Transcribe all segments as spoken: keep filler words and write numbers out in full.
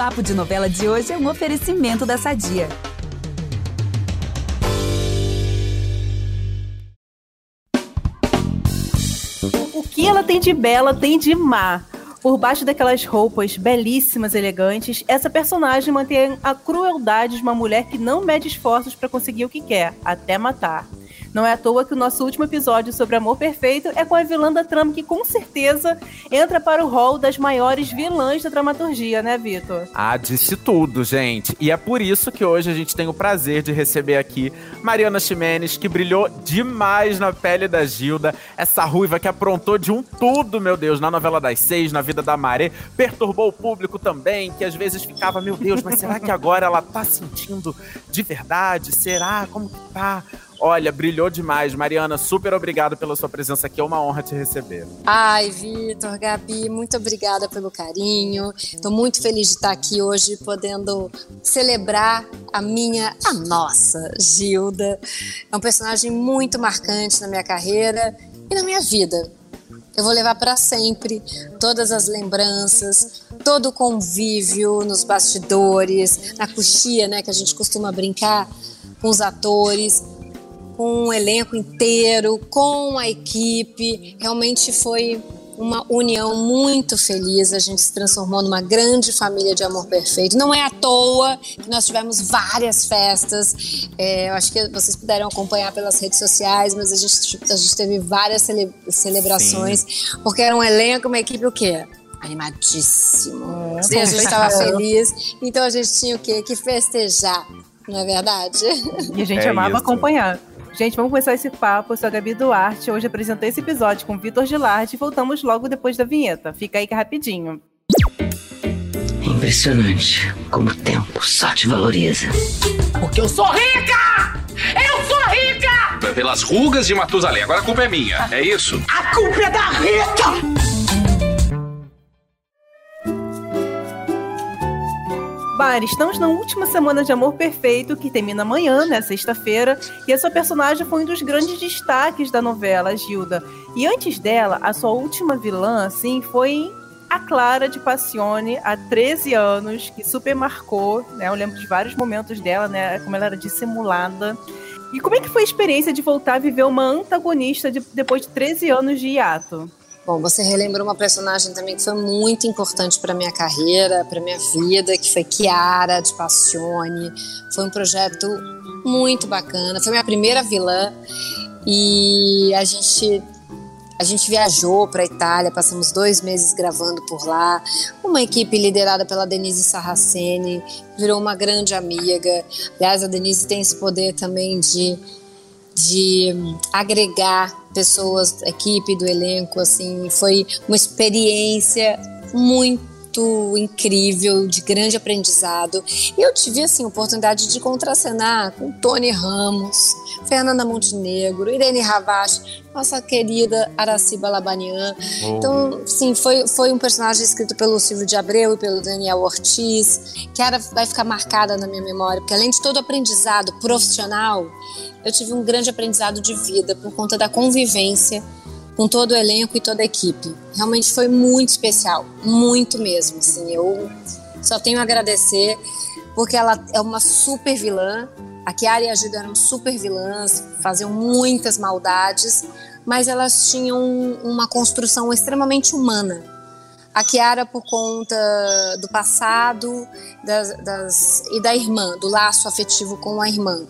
Papo de Novela de hoje é um oferecimento da Sadia. O que ela tem de bela tem de má. Por baixo daquelas roupas belíssimas, elegantes, essa personagem mantém a crueldade de uma mulher que não mede esforços para conseguir o que quer, até matar. Não é à toa que o nosso último episódio sobre Amor Perfeito é com a vilã da trama que, com certeza, entra para o rol das maiores vilãs da dramaturgia, né, Vitor? Ah, disse tudo, gente. E é por isso que hoje a gente tem o prazer de receber aqui Mariana Ximenes, que brilhou demais na pele da Gilda. Essa ruiva que aprontou de um tudo, meu Deus, na novela das seis, na vida da Maré. Perturbou o público também, que às vezes ficava, meu Deus, mas será que agora ela tá sentindo de verdade? Será? Como que tá? Olha, brilhou demais. Mariana, super obrigado pela sua presença aqui. É uma honra te receber. Ai, Vitor, Gabi, muito obrigada pelo carinho. Estou muito feliz de estar aqui hoje, podendo celebrar a minha, a nossa Gilda. É um personagem muito marcante na minha carreira e na minha vida. Eu vou levar para sempre todas as lembranças, todo o convívio nos bastidores, na coxia, né, que a gente costuma brincar com os atores, com o elenco inteiro, com a equipe. Realmente foi uma união muito feliz. A gente se transformou numa grande família de Amor Perfeito. Não é à toa que nós tivemos várias festas. É, eu acho que vocês puderam acompanhar pelas redes sociais, mas a gente, a gente teve várias cele- celebrações. Sim. Porque era um elenco, uma equipe o quê? Animadíssimo. É, e a gente estava feliz. Então a gente tinha o quê? Que festejar. Não é verdade? E a gente é amava isso. acompanhar. Gente, vamos começar esse papo. Eu sou a Gabi Duarte. Hoje apresentei esse episódio com Vitor Gilardi e voltamos logo depois da vinheta. Fica aí que é rapidinho. É impressionante como o tempo só te valoriza. Porque eu sou rica! Eu sou rica! Pelas rugas de Matusalém. Agora a culpa é minha, é isso? A culpa é da Rita! Mari, estamos na última semana de Amor Perfeito, que termina amanhã, né, sexta-feira, e a sua personagem foi um dos grandes destaques da novela, a Gilda. E antes dela, a sua última vilã, assim, foi a Clara de Passione, há treze anos, que super marcou, né, eu lembro de vários momentos dela, né, como ela era dissimulada. E como é que foi a experiência de voltar a viver uma antagonista de, depois de treze anos de hiato? Bom, você relembrou uma personagem também que foi muito importante para minha carreira, para minha vida, que foi Chiara de Passione. Foi um projeto muito bacana, foi minha primeira vilã e a gente, a gente viajou para a Itália, passamos dois meses gravando por lá. Uma equipe liderada pela Denise Sarraceni, virou uma grande amiga. Aliás, a Denise tem esse poder também de... de agregar pessoas, equipe do elenco, assim, foi uma experiência muito incrível, de grande aprendizado. E eu tive, assim, a oportunidade de contracenar com Tony Ramos, Fernanda Montenegro, Irene Ravache, nossa querida Araciba Labanian. Oh. Então, sim, foi, foi um personagem escrito pelo Silvio de Abreu e pelo Daniel Ortiz, que era, vai ficar marcada na minha memória, porque além de todo o aprendizado profissional, eu tive um grande aprendizado de vida por conta da convivência com todo o elenco e toda a equipe. Realmente foi muito especial, muito mesmo. Assim, eu só tenho a agradecer, porque ela é uma super vilã. A Chiara e a Gilda eram super vilãs, faziam muitas maldades, mas elas tinham uma construção extremamente humana. A Chiara por conta do passado das, das, e da irmã, do laço afetivo com a irmã.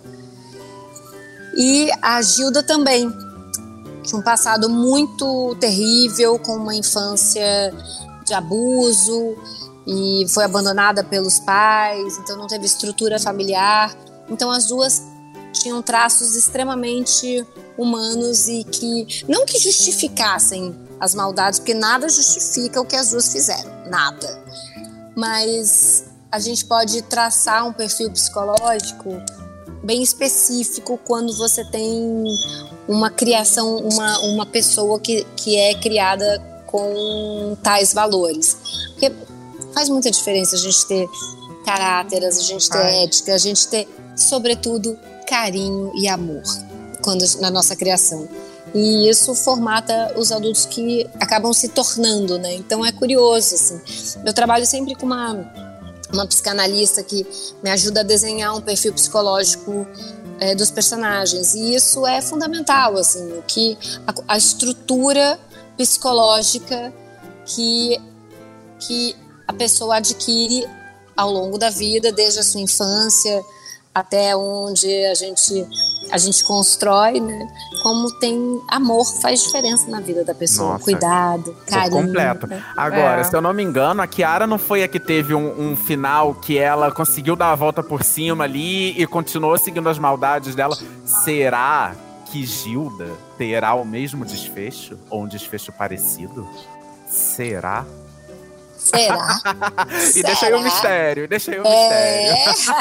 E a Gilda também tinha um passado muito terrível, com uma infância de abuso e foi abandonada pelos pais, então não teve estrutura familiar. Então as duas tinham traços extremamente humanos e que não que justificassem as maldades, porque nada justifica o que as duas fizeram, nada. Mas a gente pode traçar um perfil psicológico bem específico quando você tem uma criação, uma, uma pessoa que, que é criada com tais valores. Porque faz muita diferença a gente ter caráter, a gente ter Ai. ética, a gente ter, sobretudo, carinho e amor quando, na nossa criação. E isso formata os adultos que acabam se tornando, né? Então é curioso, assim. Eu trabalho sempre com uma, uma psicanalista que me ajuda a desenhar um perfil psicológico é, dos personagens. E isso é fundamental, assim, que a, a estrutura psicológica que, que a pessoa adquire ao longo da vida, desde a sua infância até onde a gente, a gente constrói, né? Como tem amor, faz diferença na vida da pessoa. Nossa, cuidado, carinho. Completo. Agora, É. se eu não me engano, a Kiara não foi a que teve um, um final que ela conseguiu dar a volta por cima ali e continuou seguindo as maldades dela. Será que Gilda terá o mesmo desfecho? Ou um desfecho parecido? Será? Será? E deixa aí o mistério, deixa aí o mistério.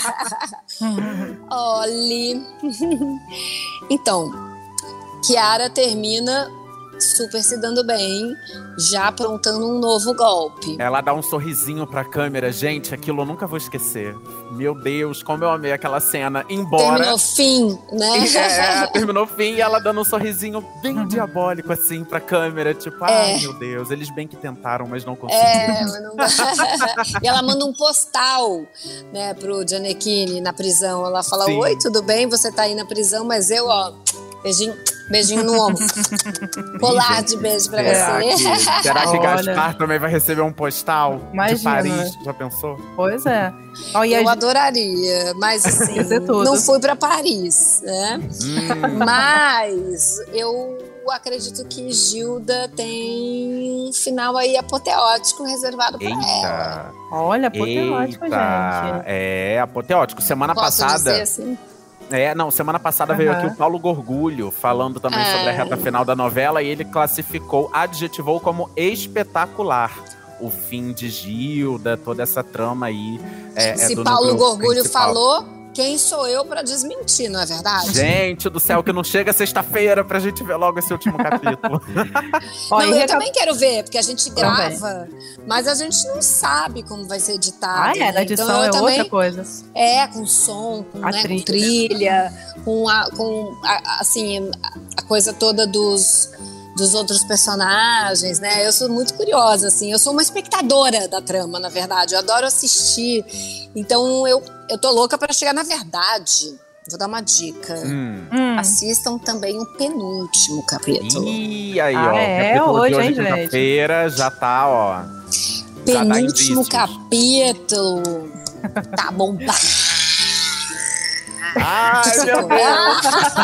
É. Olhe. Então, Kiara termina super se dando bem, já aprontando um novo golpe. Ela dá um sorrisinho pra câmera. Gente, aquilo eu nunca vou esquecer. Meu Deus, como eu amei aquela cena. Embora... Terminou fim, né? É, terminou o fim e ela dando um sorrisinho bem diabólico, assim, pra câmera. Tipo, ai, É. meu Deus, eles bem que tentaram, mas não conseguiram. É, mas não dá. E ela manda um postal, né, pro Gianecchini na prisão. Ela fala, Sim. oi, tudo bem? Você tá aí na prisão, mas eu, ó, beijinho, beijinho no ombro. Colar de beijo pra Será você. que, será que Olha. Gaspar também vai receber um postal Imagina. de Paris? Já pensou? Pois é. Ó, e Eu a- adoraria, mas assim, Ia ser tudo. não fui pra Paris, né? Hum, Mas eu acredito que Gilda tem um final aí apoteótico reservado pra ela. eita. Olha, apoteótico, Eita. gente. É, apoteótico. Semana Posso passada. dizer assim? É, não, semana passada veio Aham. aqui o Paulo Gorgulho falando também Ah. sobre a reta final da novela e ele classificou, adjetivou como espetacular o fim de Gilda, toda essa trama aí. É, é Se do Paulo núcleo Gorgulho principal. falou, quem sou eu pra desmentir, não é verdade? Gente do céu, que não chega sexta-feira pra gente ver logo esse último capítulo. Ó, não, e eu recap- também quero ver, porque a gente Também. grava, mas a gente não sabe como vai ser editado. Ah, é, né? na edição então, eu é também, outra coisa. É, com som, com, A né, com trilha. trilha, com, a, com a- assim, a, a coisa toda dos, dos outros personagens, né? Eu sou muito curiosa, assim. Eu sou uma espectadora da trama, na verdade. Eu adoro assistir. Então, eu, eu tô louca para chegar na verdade. Vou dar uma dica. hum. Hum. Assistam também o penúltimo capítulo. Ih, aí, Ah, ó. é? O capítulo Hoje, de hoje, hein, gente? quinta-feira, já tá, ó. já dá Penúltimo indícios. capítulo. Tá bombado. Ai, meu Deus.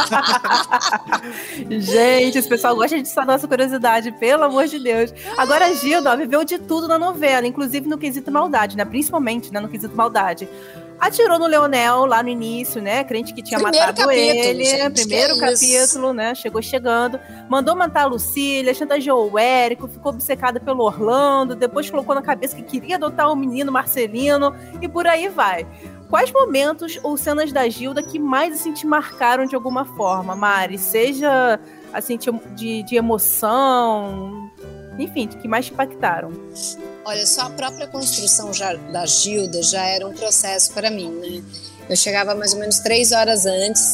Gente, esse pessoal gosta de só nossa curiosidade, pelo amor de Deus. Agora a Gilda, ó, viveu de tudo na novela, inclusive no quesito maldade, né? Principalmente, né, no quesito maldade. Atirou no Leonel lá no início, né? Crente que tinha Primeiro matado capítulo, ele. gente, primeiro que é isso? capítulo, né? Chegou chegando. Mandou matar a Lucília, chantageou o Érico, ficou obcecada pelo Orlando, depois colocou na cabeça que queria adotar o menino Marcelino e por aí vai. Quais momentos ou cenas da Gilda que mais assim, te marcaram de alguma forma, Mari? Seja assim, de, de emoção, enfim, que mais te impactaram? Olha, só a própria construção já, da Gilda já era um processo para mim, né? Eu chegava mais ou menos três horas antes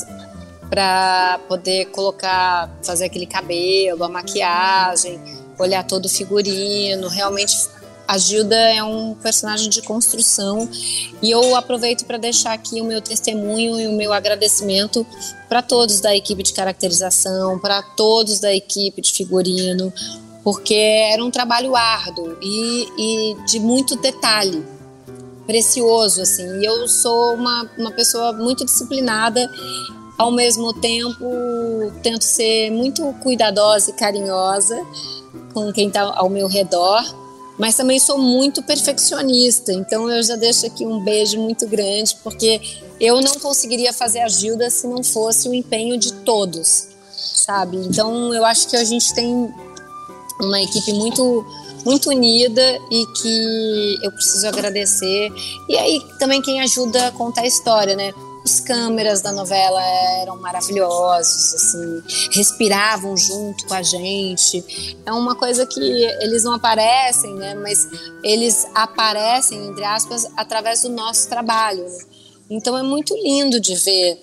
para poder colocar, fazer aquele cabelo, a maquiagem, olhar todo o figurino. Realmente, a Gilda é um personagem de construção e eu aproveito para deixar aqui o meu testemunho e o meu agradecimento para todos da equipe de caracterização, para todos da equipe de figurino, porque era um trabalho árduo e, e de muito detalhe, precioso, assim. E eu sou uma, uma pessoa muito disciplinada, ao mesmo tempo tento ser muito cuidadosa e carinhosa com quem está ao meu redor, mas também sou muito perfeccionista, então eu já deixo aqui um beijo muito grande, porque eu não conseguiria fazer a Gilda se não fosse o empenho de todos, sabe? Então eu acho que a gente tem uma equipe muito, muito unida e que eu preciso agradecer. E aí também quem ajuda a contar a história, né? Os câmeras da novela eram maravilhosos, assim, respiravam junto com a gente. É uma coisa que eles não aparecem, né? Mas eles aparecem, entre aspas, através do nosso trabalho, né? Então é muito lindo de ver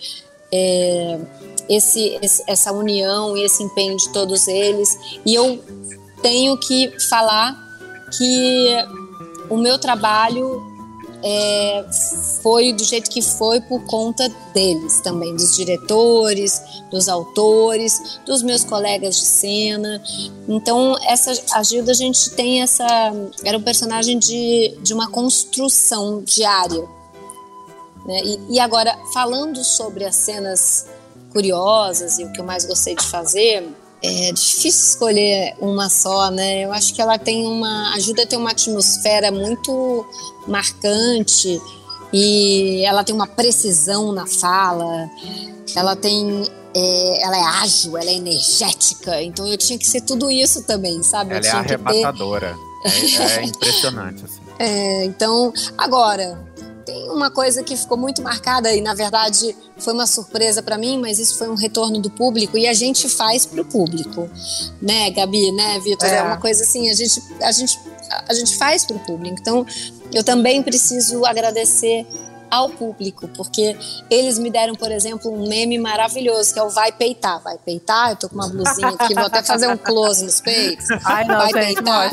é, esse, esse, essa união e esse empenho de todos eles. E eu tenho que falar que o meu trabalho é, foi do jeito que foi por conta deles também, dos diretores, dos autores, dos meus colegas de cena. Então, essa, a Gilda, a gente tem essa... Era um personagem de, de uma construção diária. Né? E, e agora, falando sobre as cenas curiosas e o que eu mais gostei de fazer... É difícil escolher uma só, né? Eu acho que ela tem uma... A Gilda tem uma atmosfera muito marcante e ela tem uma precisão na fala, ela tem... É, ela é ágil, ela é energética, então eu tinha que ser tudo isso também, sabe? Ela eu é tinha arrebatadora, ter... é, é impressionante, assim. É, então, agora... Tem uma coisa que ficou muito marcada e, na verdade, foi uma surpresa para mim, mas isso foi um retorno do público e a gente faz pro público, né, Gabi, né, Vitor? É. é uma coisa assim, a gente, a, gente, a gente faz pro público. Então, eu também preciso agradecer ao público, porque eles me deram, por exemplo, um meme maravilhoso, que é o vai peitar. Vai peitar? Eu tô com uma blusinha aqui, vou até fazer um close nos peitos. Ai, não, vai gente, peitar.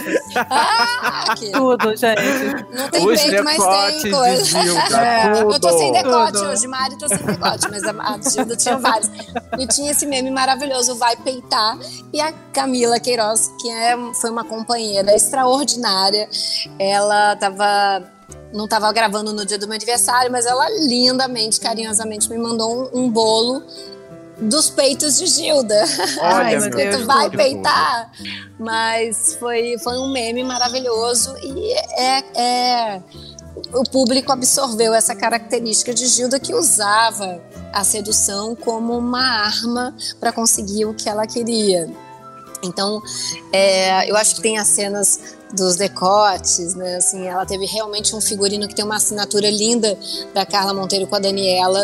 Ah, aqui. Tudo, gente. Não tem Os peito, mas tem coisa. De Gilda, é, tudo. Eu tô sem decote Tudo. hoje, Mari tá sem decote, mas a, a Gilda tinha vários. E tinha esse meme maravilhoso, vai peitar. E a Camila Queiroz, que é, foi uma companheira extraordinária, ela tava... Não estava gravando no dia do meu aniversário, mas ela lindamente, carinhosamente me mandou um, um bolo dos peitos de Gilda. Olha, meu Deus, vai que peitar. Mas foi, foi um meme maravilhoso e é, é, o público absorveu essa característica de Gilda, que usava a sedução como uma arma para conseguir o que ela queria. Então, é, eu acho que tem as cenas dos decotes, né? Assim, ela teve realmente um figurino que tem uma assinatura linda da Carla Monteiro com a Daniela,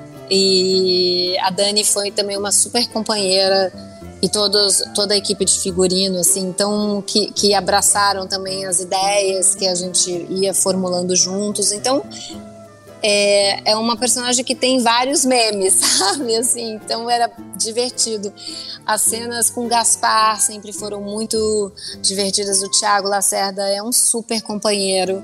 e a Dani foi também uma super companheira, e todos, toda a equipe de figurino, assim, então, que, que abraçaram também as ideias que a gente ia formulando juntos. Então, É, é uma personagem que tem vários memes, sabe? Assim, então era divertido. As cenas com Gaspar sempre foram muito divertidas. O Thiago Lacerda é um super companheiro.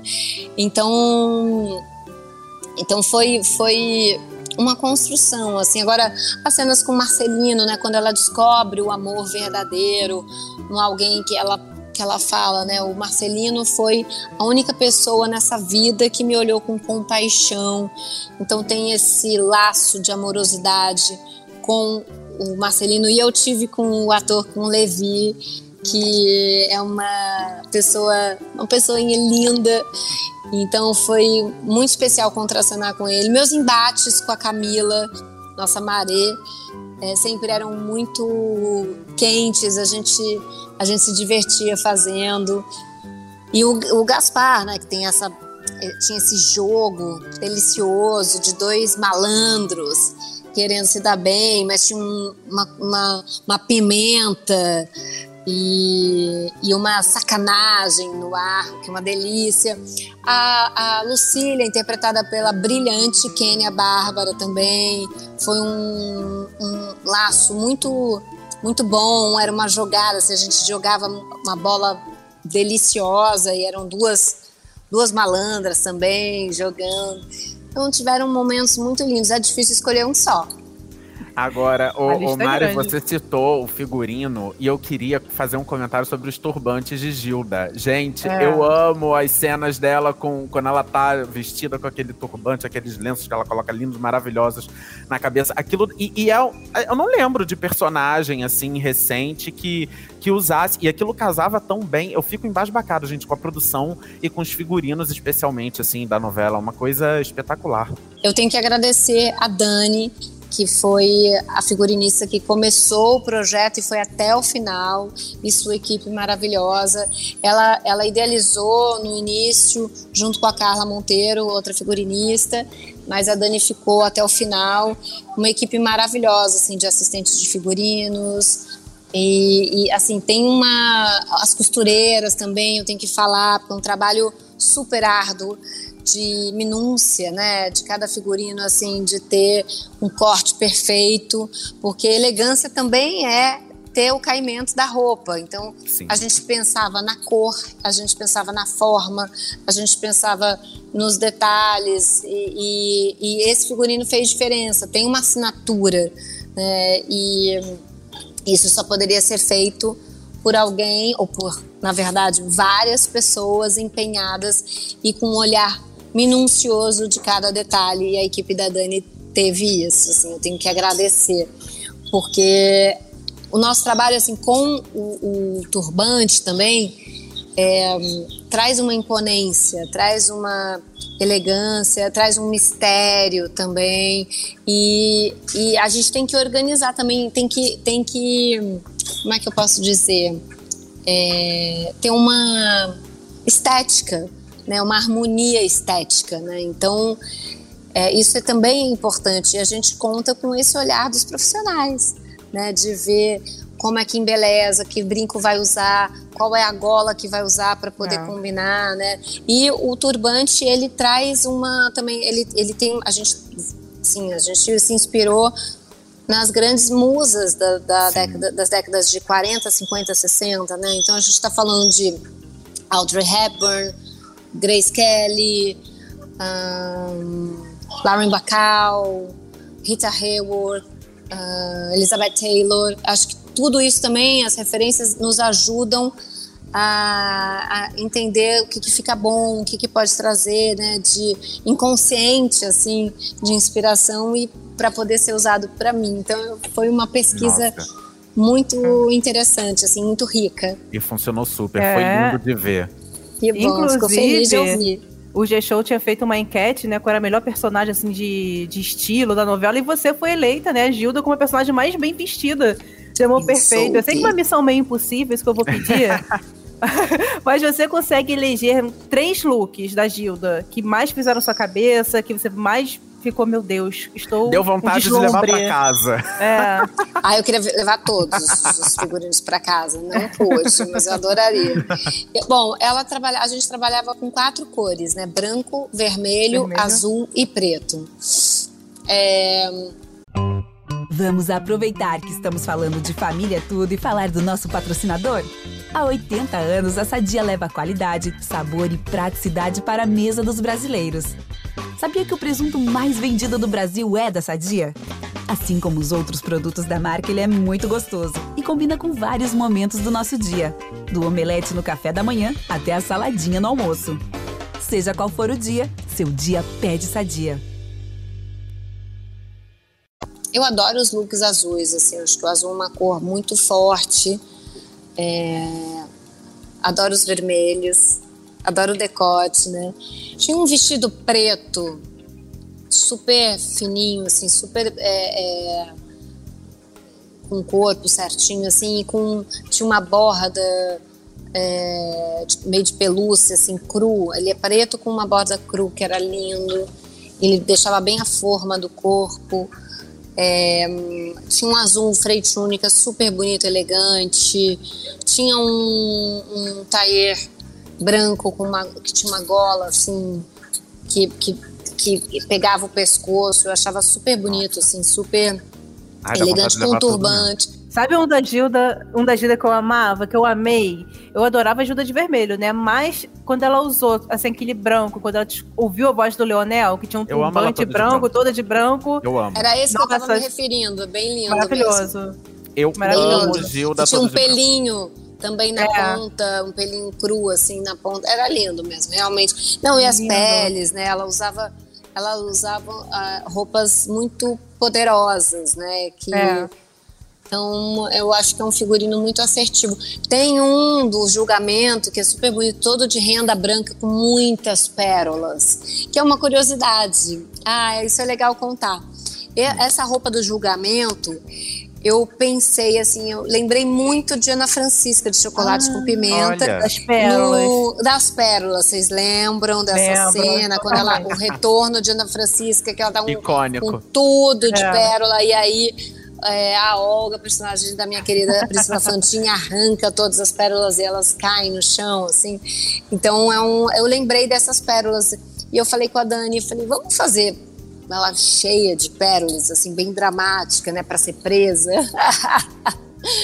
Então, então foi, foi uma construção, assim. Agora, as cenas com Marcelino, né? Quando ela descobre o amor verdadeiro, um alguém que ela... que ela fala, né, o Marcelino foi a única pessoa nessa vida que me olhou com compaixão. Então tem esse laço de amorosidade com o Marcelino, e eu tive com o ator, com o Levi, que é uma pessoa, uma pessoinha linda. Então foi muito especial contracenar com ele. Meus embates com a Camila, nossa Maré, é, sempre eram muito quentes, a gente, a gente se divertia fazendo. E o, o Gaspar, né, que tem essa, tinha esse jogo delicioso de dois malandros querendo se dar bem, mas tinha um, uma, uma, uma pimenta e, e uma sacanagem no ar, que é uma delícia. A, a Lucília, interpretada pela brilhante Kênia Bárbara, também foi um, um laço muito, muito bom. Era uma jogada, assim, a gente jogava uma bola deliciosa e eram duas, duas malandras também jogando. Então tiveram momentos muito lindos. É difícil escolher um só. Agora, o, o Mari, grande. você citou o figurino e eu queria fazer um comentário sobre os turbantes de Gilda. Gente, É. eu amo as cenas dela com, quando ela tá vestida com aquele turbante, aqueles lenços que ela coloca lindos, maravilhosos na cabeça. Aquilo, e, e é, eu não lembro de personagem, assim, recente que, que usasse. E aquilo casava tão bem. Eu fico embasbacado, gente, com a produção e com os figurinos, especialmente, assim, da novela. Uma coisa espetacular. Eu tenho que agradecer a Dani, que foi a figurinista que começou o projeto e foi até o final, e sua equipe maravilhosa. Ela, ela idealizou no início, junto com a Carla Monteiro, outra figurinista, mas a Dani ficou até o final. Uma equipe maravilhosa, assim, de assistentes de figurinos. E, e assim, tem uma... As costureiras também, eu tenho que falar, porque é um trabalho super árduo, de minúcia, né, de cada figurino, assim, de ter um corte perfeito, porque elegância também é ter o caimento da roupa. Então, Sim. a gente pensava na cor, a gente pensava na forma, a gente pensava nos detalhes, e, e, e esse figurino fez diferença, tem uma assinatura, né? E isso só poderia ser feito por alguém, ou por, na verdade, várias pessoas empenhadas e com um olhar minucioso de cada detalhe, e a equipe da Dani teve isso, assim, eu tenho que agradecer, porque o nosso trabalho, assim, com o, o turbante também é, traz uma imponência, traz uma elegância, traz um mistério também, e, e a gente tem que organizar também, tem que, tem que como é que eu posso dizer, é, ter uma estética, né, uma harmonia estética, né? Então é, isso é também importante, e a gente conta com esse olhar dos profissionais, né, de ver como é que embeleza, que brinco vai usar, qual é a gola que vai usar para poder é. combinar, né? E o turbante, ele traz uma também, ele, ele tem, a gente, sim, a gente se inspirou nas grandes musas da, da década, das décadas de quarenta, cinquenta, sessenta, né? Então a gente está falando de Audrey Hepburn, Grace Kelly, um, Lauren Bacall, Rita Hayworth, uh, Elizabeth Taylor. Acho que tudo isso também, as referências nos ajudam a, a entender o que, que fica bom, o que, que pode trazer, né, de inconsciente, assim, de inspiração, e para poder ser usado para mim. Então foi uma pesquisa Nossa. muito interessante, assim, muito rica. E funcionou super, é. foi lindo de ver. Que bom, ficou feliz de ouvir. O G-Show tinha feito uma enquete, né, qual era a melhor personagem, assim, de, de estilo da novela, e você foi eleita, né, Gilda, como a personagem mais bem vestida de Amor Perfeito. Eu sei que é uma missão meio impossível, isso que eu vou pedir, mas você consegue eleger três looks da Gilda que mais fizeram sua cabeça, que você mais ficou, meu Deus, estou Deu vontade de levar pra casa. É. Ah, eu queria levar todos os figurinos pra casa, não pude, mas eu adoraria. Bom, ela trabalha, a gente trabalhava com quatro cores, né? Branco, vermelho, vermelho. azul e preto. É... Vamos aproveitar que estamos falando de família tudo e falar do nosso patrocinador? Há oitenta anos, a Sadia leva qualidade, sabor e praticidade para a mesa dos brasileiros. Sabia que o presunto mais vendido do Brasil é da Sadia? Assim como os outros produtos da marca, ele é muito gostoso e combina com vários momentos do nosso dia. Do omelete no café da manhã até a saladinha no almoço. Seja qual for o dia, seu dia pede Sadia. Eu adoro os looks azuis, assim, eu acho que o azul é uma cor muito forte. É... Adoro os vermelhos, adoro o decote, né? Tinha um vestido preto, super fininho, assim, super é, é, com o corpo certinho, assim, e com, tinha uma borda é, de, meio de pelúcia, assim, cru. Ele é preto com uma borda cru, que era lindo. Ele deixava bem a forma do corpo. É, tinha um azul freio túnica super bonito, elegante. Tinha um, um tailleur branco com uma, que tinha uma gola assim que, que, que pegava o pescoço. Eu achava super bonito, assim, super Ai, elegante, com um turbante. Sabe um da Gilda, um da Gilda que eu amava, que eu amei? Eu adorava a Gilda de vermelho, né? Mas quando ela usou, assim, aquele branco, quando ela ouviu a voz do Leonel, que tinha um turbante branco, branco, toda de branco. Eu amo. Era esse Nossa, que eu tava me referindo, bem lindo. Maravilhoso. Mesmo. Eu amo Gilda. Tinha um pelinho também na é. ponta, um pelinho cru, assim, na ponta. Era lindo mesmo, realmente. Não, e as lindo. peles, né? Ela usava, ela usava uh, roupas muito poderosas, né? Que... É. Então, eu acho que é um figurino muito assertivo. Tem um do Julgamento, que é super bonito, todo de renda branca, com muitas pérolas, que é uma curiosidade. Ah, isso é legal contar. E essa roupa do Julgamento, eu pensei assim, eu lembrei muito de Ana Francisca, de Chocolate ah, com Pimenta. Olha. Das pérolas. No, das pérolas, vocês lembram dessa Lembro. cena? Quando ela, o retorno de Ana Francisca, que ela dá um, um tudo de é. pérola, e aí... É, a Olga, personagem da minha querida Priscila Fantin, arranca todas as pérolas e elas caem no chão, assim. Então, é um, eu lembrei dessas pérolas. E eu falei com a Dani, eu falei, vamos fazer ela cheia de pérolas, assim, bem dramática, né, pra ser presa.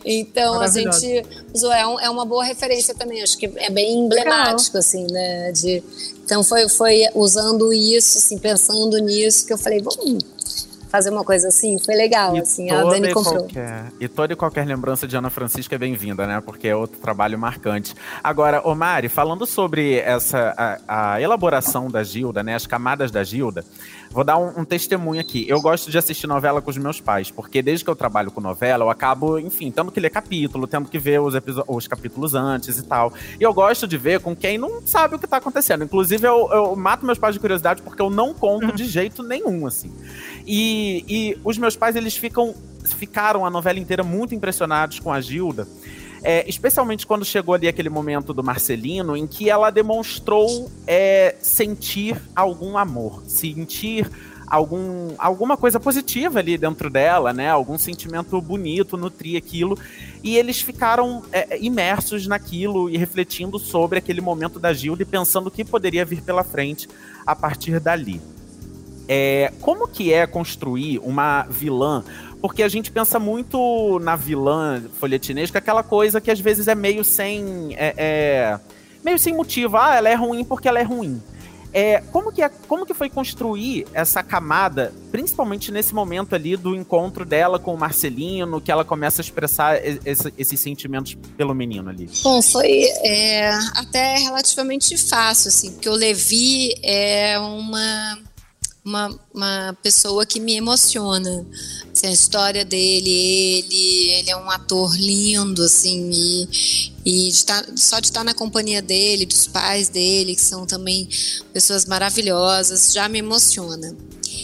Então a gente usou, é, um, é uma boa referência também, acho que é bem emblemático, assim, né? De, então foi, foi usando isso, assim, pensando nisso, que eu falei, vamos fazer uma coisa assim, foi legal, e assim, a Dani comprou. Qualquer, e toda e qualquer lembrança de Ana Francisca é bem-vinda, né? Porque é outro trabalho marcante. Agora, ô Mari, falando sobre essa, a, a elaboração da Gilda, né? As camadas da Gilda, vou dar um, um testemunho aqui. Eu gosto de assistir novela com os meus pais, porque desde que eu trabalho com novela, eu acabo, enfim, tendo que ler capítulo, tendo que ver os, os capítulos antes e tal. E eu gosto de ver com quem não sabe o que tá acontecendo. Inclusive, eu, eu mato meus pais de curiosidade porque eu não conto uhum. de jeito nenhum, assim. E, e os meus pais, eles ficam, ficaram a novela inteira muito impressionados com a Gilda, é, especialmente quando chegou ali aquele momento do Marcelino, em que ela demonstrou é, sentir algum amor, sentir algum, alguma coisa positiva ali dentro dela, né? Algum sentimento bonito, nutrir aquilo. E eles ficaram é, imersos naquilo e refletindo sobre aquele momento da Gilda e pensando o que poderia vir pela frente a partir dali. É, como que é construir uma vilã? Porque a gente pensa muito na vilã folhetinesca, aquela coisa que às vezes é meio sem, é, é, meio sem motivo. Ah, ela é ruim porque ela é ruim. É, como, que é, como que foi construir essa camada, principalmente nesse momento ali do encontro dela com o Marcelino, que ela começa a expressar esse, esses sentimentos pelo menino ali? Bom, foi é, até relativamente fácil, assim, porque o Levi é uma... Uma, uma pessoa que me emociona, assim, a história dele, ele, ele é um ator lindo, assim, e, e de tá, só de estar na companhia dele, dos pais dele, que são também pessoas maravilhosas, já me emociona.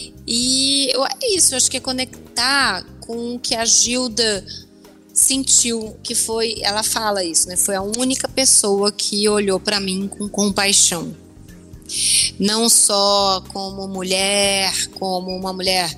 E eu, é isso, eu acho que é conectar com o que a Gilda sentiu, que foi, ela fala isso, né, foi a única pessoa que olhou para mim com compaixão. Não só como mulher, como uma mulher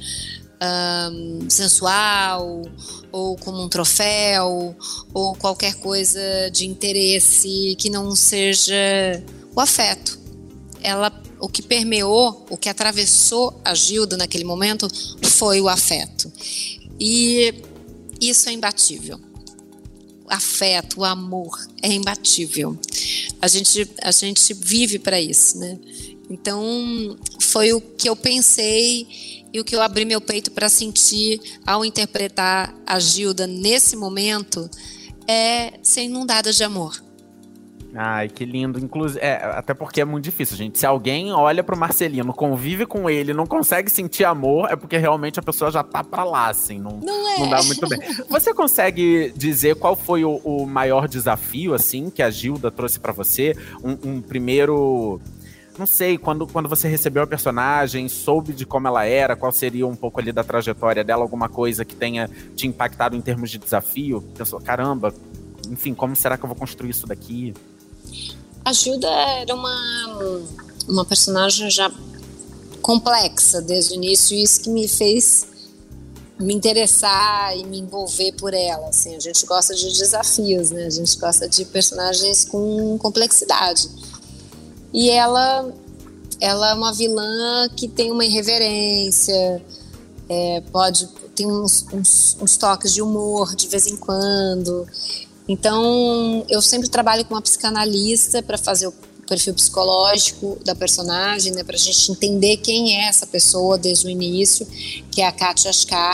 um, sensual, ou como um troféu, ou qualquer coisa de interesse que não seja o afeto. Ela, o que permeou, o que atravessou a Gilda naquele momento foi o afeto. E isso é imbatível. O afeto, o amor é imbatível. A gente, a gente vive para isso, né? Então, foi o que eu pensei e o que eu abri meu peito para sentir ao interpretar a Gilda nesse momento é ser inundada de amor. Ai, que lindo. Inclusive, é, até porque é muito difícil, gente. Se alguém olha pro Marcelino, convive com ele, não consegue sentir amor, é porque realmente a pessoa já tá pra lá, assim. Não, não, é. não dá muito bem. Você consegue dizer qual foi o, o maior desafio, assim, que a Gilda trouxe pra você? Um, um primeiro... Não sei, quando, quando você recebeu a personagem, soube de como ela era, qual seria um pouco ali da trajetória dela, alguma coisa que tenha te impactado em termos de desafio? Pensou, caramba, enfim, como será que eu vou construir isso daqui? A Gilda era uma, uma personagem já complexa desde o início, e isso que me fez me interessar e me envolver por ela. Assim, a gente gosta de desafios, né? A gente gosta de personagens com complexidade. E ela, ela é uma vilã que tem uma irreverência, é, pode, tem uns, uns, uns toques de humor de vez em quando. Então, eu sempre trabalho com uma psicanalista para fazer o perfil psicológico da personagem, né, para a gente entender quem é essa pessoa desde o início, que é a Kátia Ascar.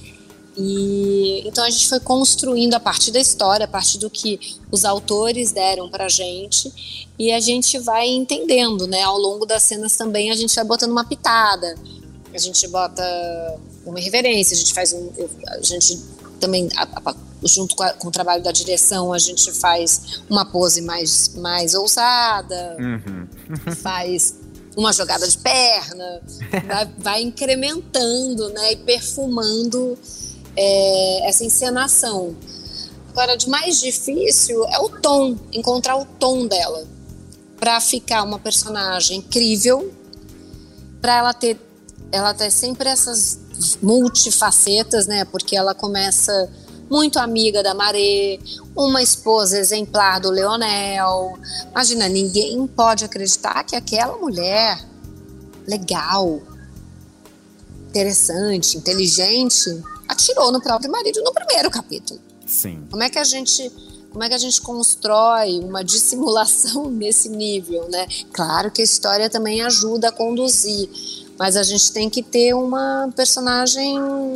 E então a gente foi construindo a partir da história, a partir do que os autores deram pra gente, e a gente vai entendendo, né? Ao longo das cenas também a gente vai botando uma pitada, a gente bota uma irreverência, a gente faz um, a gente também a, a, junto com, a, com o trabalho da direção, a gente faz uma pose mais, mais ousada, uhum. faz uma jogada de perna, vai, vai incrementando, né? E perfumando É, essa encenação. Agora, de mais difícil é o tom, encontrar o tom dela, para ficar uma personagem incrível, para ela ter, ela ter sempre essas multifacetas, né? Porque ela começa muito amiga da Maré, uma esposa exemplar do Leonel. Imagina, ninguém pode acreditar que aquela mulher legal, interessante, inteligente, atirou no próprio marido no primeiro capítulo. Sim. Como é que a gente, como é que a gente constrói uma dissimulação nesse nível, né? Claro que a história também ajuda a conduzir, mas a gente tem que ter uma personagem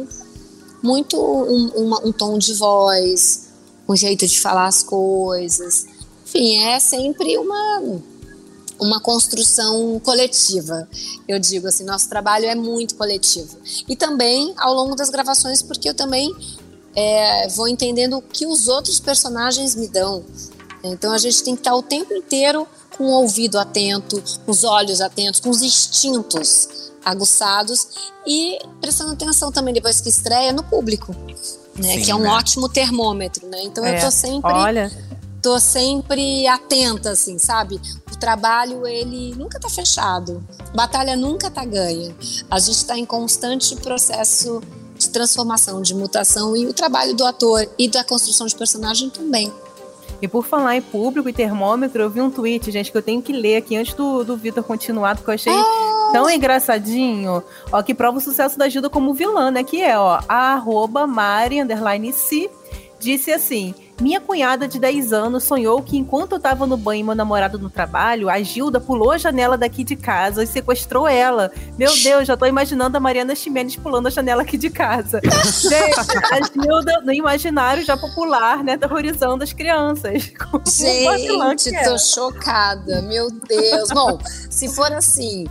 muito, um, uma, um tom de voz, um jeito de falar as coisas. Enfim, é sempre uma, uma construção coletiva. Eu digo assim, nosso trabalho é muito coletivo. E também ao longo das gravações, porque eu também é, vou entendendo o que os outros personagens me dão. Então a gente tem que estar o tempo inteiro com o ouvido atento, com os olhos atentos, com os instintos aguçados e prestando atenção também depois que estreia no público, né? Sim, que é um né? ótimo termômetro, né? Então é, eu tô sempre... Olha... Tô sempre atenta, assim, sabe? O trabalho, ele nunca tá fechado. Batalha nunca tá ganha. A gente tá em constante processo de transformação, de mutação. E o trabalho do ator e da construção de personagem também. E por falar em público e termômetro, eu vi um tweet, gente, que eu tenho que ler aqui antes do, do Vitor continuar, porque eu achei ah! tão engraçadinho. Ó, que prova o sucesso da Gilda como vilã, né? Que é, ó, a arroba Mari, underline C, disse assim... Minha cunhada de dez anos sonhou que enquanto eu tava no banho e meu namorado no trabalho, a Gilda pulou a janela daqui de casa e sequestrou ela. Meu Deus, já tô imaginando a Mariana Ximenes pulando a janela aqui de casa. Gente, a Gilda no imaginário já popular, né, aterrorizando as crianças. Gente, tô chocada, meu Deus. Bom, se for assim...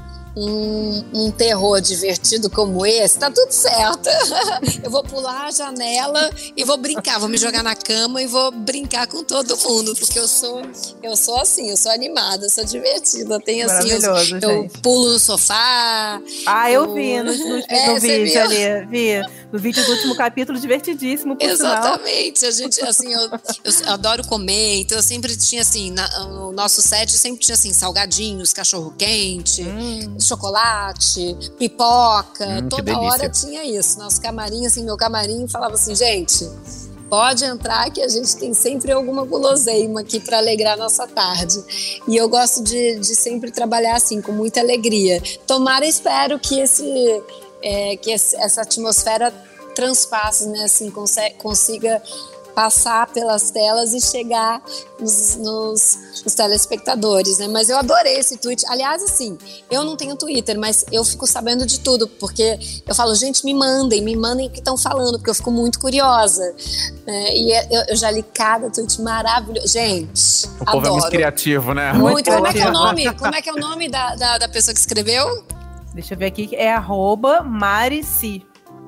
Um, um terror divertido como esse, tá tudo certo. Eu vou pular a janela e vou brincar, vou me jogar na cama e vou brincar com todo mundo, porque eu sou eu sou assim, eu sou animada, eu sou divertida. Eu tenho assim, eu, eu pulo no sofá. Ah, eu, eu... vi no, no, é, no vídeo ali, vi no vídeo do último capítulo, divertidíssimo, por Exatamente, sinal. A gente, assim, eu, eu adoro comer, então eu sempre tinha assim, na, no nosso set sempre tinha assim, salgadinhos, cachorro-quente, hum. chocolate, pipoca, hum, toda hora tinha isso. Nosso camarim, assim, meu camarim falava assim, gente, pode entrar que a gente tem sempre alguma guloseima aqui para alegrar a nossa tarde. E eu gosto de, de sempre trabalhar assim, com muita alegria. Tomara, espero que, esse, é, que esse, essa atmosfera transpasse, né, assim, consiga, consiga passar pelas telas e chegar nos, nos, nos telespectadores, né? Mas eu adorei esse tweet. Aliás, assim, eu não tenho Twitter, mas eu fico sabendo de tudo, porque eu falo, gente, me mandem, me mandem o que estão falando, porque eu fico muito curiosa. É, e eu, eu já li cada tweet maravilhoso. Gente, o povo adoro. É muito criativo, né? Muito. muito como é que é o nome? Como é que é o nome da, da, da pessoa que escreveu? Deixa eu ver aqui, é arroba Marici.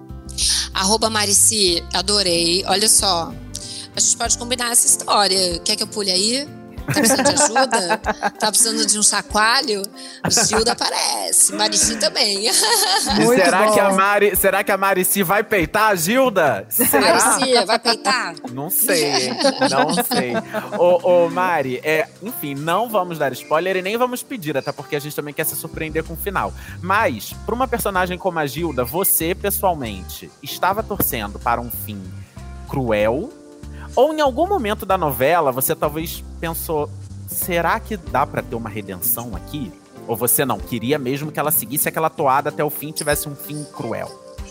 Arroba Marici, adorei. Olha só. A gente pode combinar essa história. Quer que eu pule aí? Tá precisando de ajuda? Tá precisando de um chacoalho? Gilda aparece. Marici também. será, que a Mari, será que a Marici vai peitar a Gilda? Marici, vai peitar? Não sei, não sei. Ô, ô Mari, é, enfim, não vamos dar spoiler e nem vamos pedir, até porque a gente também quer se surpreender com o final. Mas, pra uma personagem como a Gilda, você, pessoalmente, estava torcendo para um fim cruel? Ou em algum momento da novela, você talvez pensou, será que dá pra ter uma redenção aqui? Ou você não, queria mesmo que ela seguisse aquela toada até o fim e tivesse um fim cruel?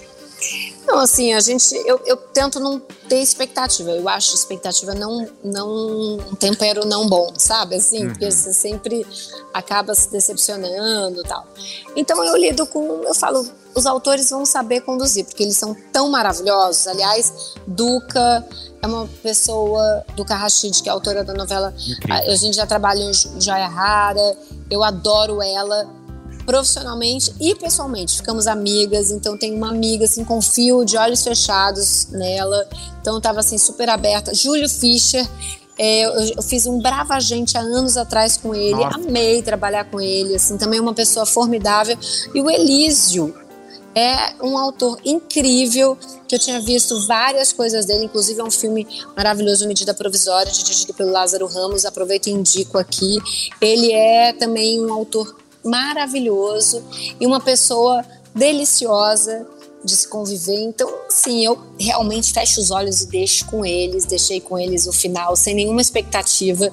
Não, assim, a gente, eu, eu tento não ter expectativa. Eu acho expectativa não, não um tempero não bom, sabe? Assim, uhum. Porque você sempre acaba se decepcionando e tal. Então eu lido com, eu falo, os autores vão saber conduzir, porque eles são tão maravilhosos. Aliás, Duca é uma pessoa, Duca Rachid, que é a autora da novela, a, a gente já trabalha em Joia Rara, eu adoro ela profissionalmente e pessoalmente, ficamos amigas, então tenho uma amiga, assim, confio de olhos fechados nela, então eu tava assim super aberta. Júlio Fischer, é, eu, eu fiz um Brava Gente há anos atrás com ele, Nossa. Amei trabalhar com ele, assim, também uma pessoa formidável. E o Elísio é um autor incrível, que eu tinha visto várias coisas dele, inclusive é um filme maravilhoso, Medida Provisória, dirigido pelo Lázaro Ramos, aproveito e indico aqui. Ele é também um autor maravilhoso e uma pessoa deliciosa de se conviver. Então, sim, eu realmente fecho os olhos e deixo com eles, deixei com eles o final sem nenhuma expectativa,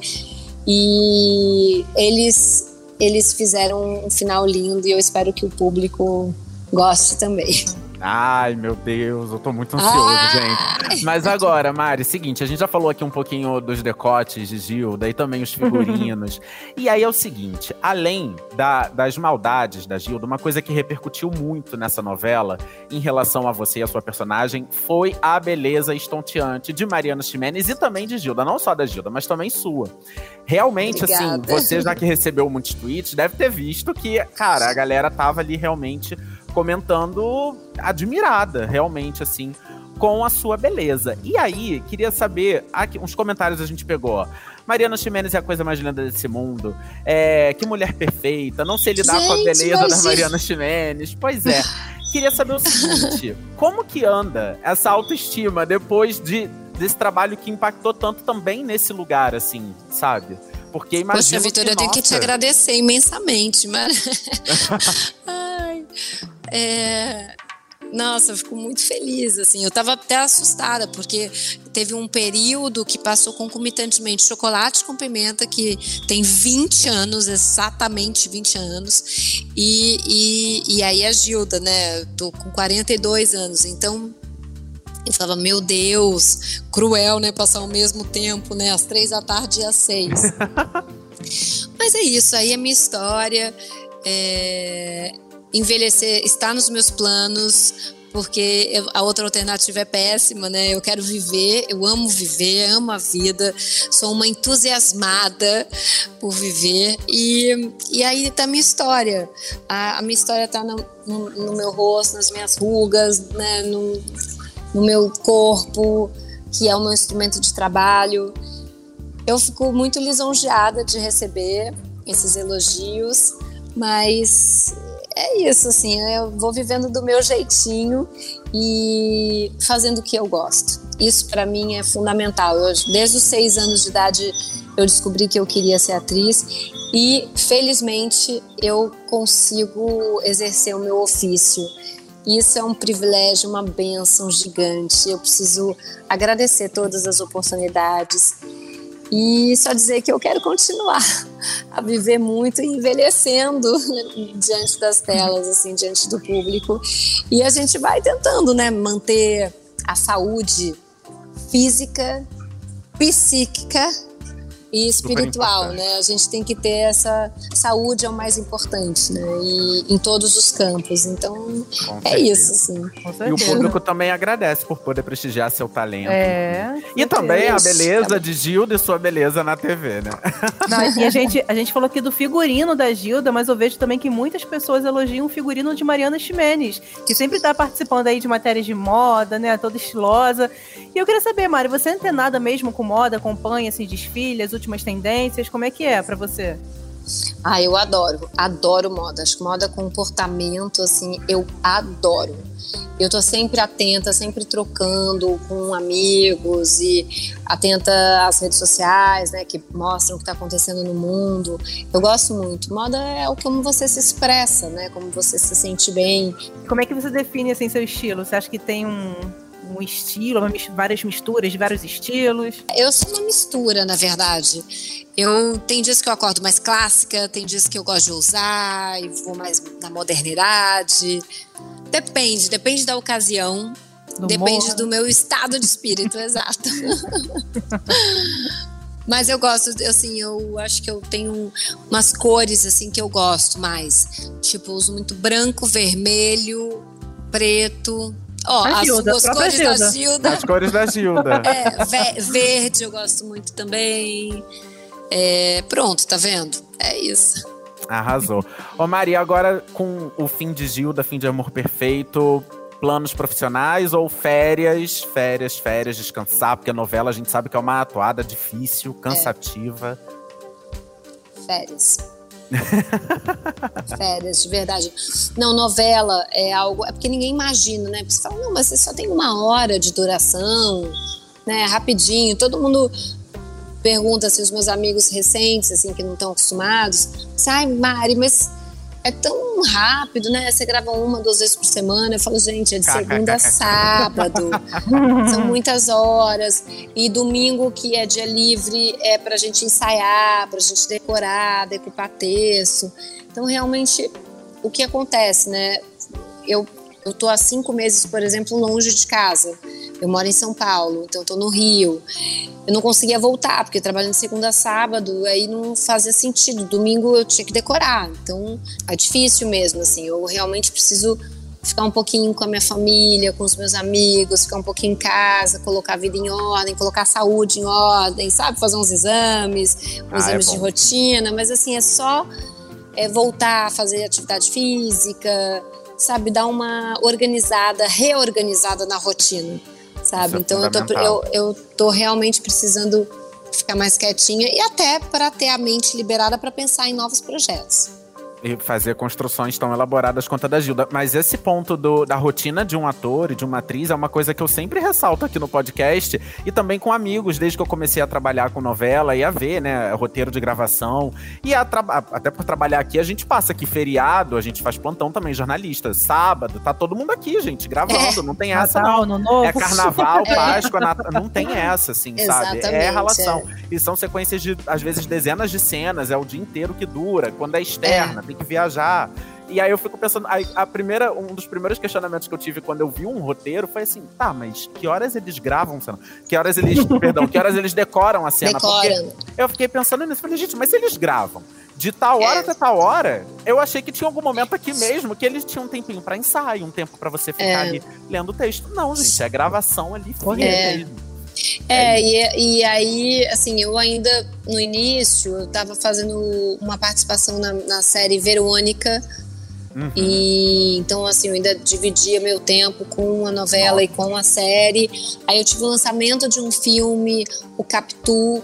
e eles, eles fizeram um final lindo e eu espero que o público goste também. Ai, meu Deus, eu tô muito ansioso, Ai. gente. Mas agora, Mari, seguinte, a gente já falou aqui um pouquinho dos decotes de Gilda e também os figurinos. E aí é o seguinte, além da, das maldades da Gilda, uma coisa que repercutiu muito nessa novela, em relação a você e a sua personagem, foi a beleza estonteante de Mariana Ximenes e também de Gilda. Não só da Gilda, mas também sua. Realmente, Obrigada. assim, você já que recebeu muitos tweets, deve ter visto que, cara, a galera tava ali realmente comentando admirada, realmente, assim, com a sua beleza. E aí, queria saber, aqui, uns comentários a gente pegou, ó. Mariana Ximenes é a coisa mais linda desse mundo. É, que mulher perfeita, não sei lidar Gente, com a beleza imagina. da Mariana Ximenes. Pois é. Queria saber o seguinte, como que anda essa autoestima depois de, desse trabalho que impactou tanto também nesse lugar, assim, sabe? Porque imagina. Poxa, Vitória, eu tenho que te agradecer imensamente, mas. Ai. É... Nossa, eu fico muito feliz, assim. Eu tava até assustada, porque teve um período que passou concomitantemente Chocolate com Pimenta, que tem vinte anos, exatamente vinte anos. E, e, e aí a Gilda, né? Eu tô com quarenta e dois anos, então. Eu falava, meu Deus, cruel, né? Passar o mesmo tempo, né? Às três da tarde e às seis. Mas é isso, aí a minha história. É... Envelhecer está nos meus planos, porque eu, a outra alternativa é péssima, né? Eu quero viver, eu amo viver, amo a vida, sou uma entusiasmada por viver. E, e aí está a minha história. A, a minha história está no, no, no meu rosto, nas minhas rugas, né? no, no meu corpo, que é o meu instrumento de trabalho. Eu fico muito lisonjeada de receber esses elogios, mas é isso, assim, eu vou vivendo do meu jeitinho e fazendo o que eu gosto. Isso para mim é fundamental. Eu, desde os seis anos de idade eu descobri que eu queria ser atriz e felizmente eu consigo exercer o meu ofício. Isso é um privilégio, uma bênção gigante. Eu preciso agradecer todas as oportunidades e só dizer que eu quero continuar a viver muito e envelhecendo diante das telas, assim, diante do público. E a gente vai tentando, né, manter a saúde física, psíquica e espiritual, né? A gente tem que ter essa saúde, é o mais importante, né? E em todos os campos. Então, é isso, assim. E o público também agradece por poder prestigiar seu talento. É. E também a beleza de Gilda e sua beleza na T V, né? Não, e a gente, a gente falou aqui do figurino da Gilda, mas eu vejo também que muitas pessoas elogiam o figurino de Mariana Ximenes, que sempre tá participando aí de matérias de moda, né? Toda estilosa. E eu queria saber, Mari, você é antenada mesmo com moda? Acompanha, assim, desfiles, últimas tendências? Como é que é pra você? Ah, eu adoro, adoro moda. Acho que moda comportamento, assim, eu adoro. Eu tô sempre atenta, sempre trocando com amigos e atenta às redes sociais, né, que mostram o que tá acontecendo no mundo. Eu gosto muito. Moda é o como você se expressa, né, como você se sente bem. Como é que você define, assim, seu estilo? Você acha que tem um... um estilo, uma, várias misturas de vários estilos? Eu sou uma mistura, na verdade. Eu tem dias que eu acordo mais clássica, tem dias que eu gosto de usar e vou mais na modernidade. Depende, depende da ocasião, do depende humor. Do meu estado de espírito, exato. Mas eu gosto, assim, eu acho que eu tenho umas cores, assim, que eu gosto mais. Tipo, eu uso muito branco, vermelho, preto. Ó, as, Gilda, as cores Gilda. da Gilda. As cores da Gilda. É, ve- verde eu gosto muito também. É, pronto, tá vendo? É isso. Arrasou. Ô Maria, agora com o fim de Gilda, fim de Amor Perfeito, planos profissionais ou férias? Férias, férias, descansar, porque a novela a gente sabe que é uma atuada difícil, cansativa. É. Férias. Férias, de verdade. Não, novela é algo... É porque ninguém imagina, né? Você fala, não, mas você só tem uma hora de duração, né? Rapidinho. Todo mundo pergunta, assim, os meus amigos recentes, assim, que não estão acostumados. Ai, Mari, mas é tão rápido, né? Você grava uma, duas vezes por semana. Eu falo, gente, é de segunda a sábado. São muitas horas. E domingo, que é dia livre, é pra gente ensaiar, pra gente decorar, decupar texto. Então, realmente, o que acontece, né? Eu Eu tô há cinco meses, por exemplo, longe de casa. Eu moro em São Paulo, então eu tô no Rio. Eu não conseguia voltar, porque eu trabalho de segunda a sábado, aí não fazia sentido. Domingo eu tinha que decorar, então é difícil mesmo, assim. Eu realmente preciso ficar um pouquinho com a minha família, com os meus amigos, ficar um pouquinho em casa, colocar a vida em ordem, colocar a saúde em ordem, sabe? Fazer uns exames, uns Ah, exames é de bom. rotina, mas assim, é só é, voltar a fazer atividade física, sabe? Dar uma organizada, reorganizada na rotina, sabe? Isso é Então eu tô, fundamental. eu, eu tô realmente precisando ficar mais quietinha e até para ter a mente liberada para pensar em novos projetos. E fazer construções tão elaboradas quanto a da Gilda. Mas esse ponto do, da rotina de um ator e de uma atriz é uma coisa que eu sempre ressalto aqui no podcast e também com amigos, desde que eu comecei a trabalhar com novela e a ver, né, roteiro de gravação. E a tra- até por trabalhar aqui, a gente passa aqui feriado, a gente faz plantão também, jornalista. Sábado, tá todo mundo aqui, gente, gravando. É. Não tem essa, Natal, não. Ano Novo. É carnaval, Páscoa, Natal. Não tem essa, assim, sabe? É Exatamente, relação. E são sequências de, às vezes, dezenas de cenas, é o dia inteiro que dura. Quando é externa, tem que viajar. E aí eu fico pensando, a, a primeira, um dos primeiros questionamentos que eu tive quando eu vi um roteiro foi assim, tá, mas que horas eles gravam a cena? Que horas eles, perdão, que horas eles decoram a cena? Decoram. Porque eu fiquei pensando nisso, falei, gente, mas se eles gravam de tal hora É. até tal hora, eu achei que tinha algum momento aqui mesmo que eles tinham um tempinho pra ensaio, um tempo pra você ficar É. ali lendo o texto. Não, gente, é gravação ali, fria É. mesmo. É, e, e aí, assim, eu ainda, no início, eu tava fazendo uma participação na, na série Verônica, Uhum. e então, assim, eu ainda dividia meu tempo com a novela e com a série. Aí eu tive o lançamento de um filme, o Capitu,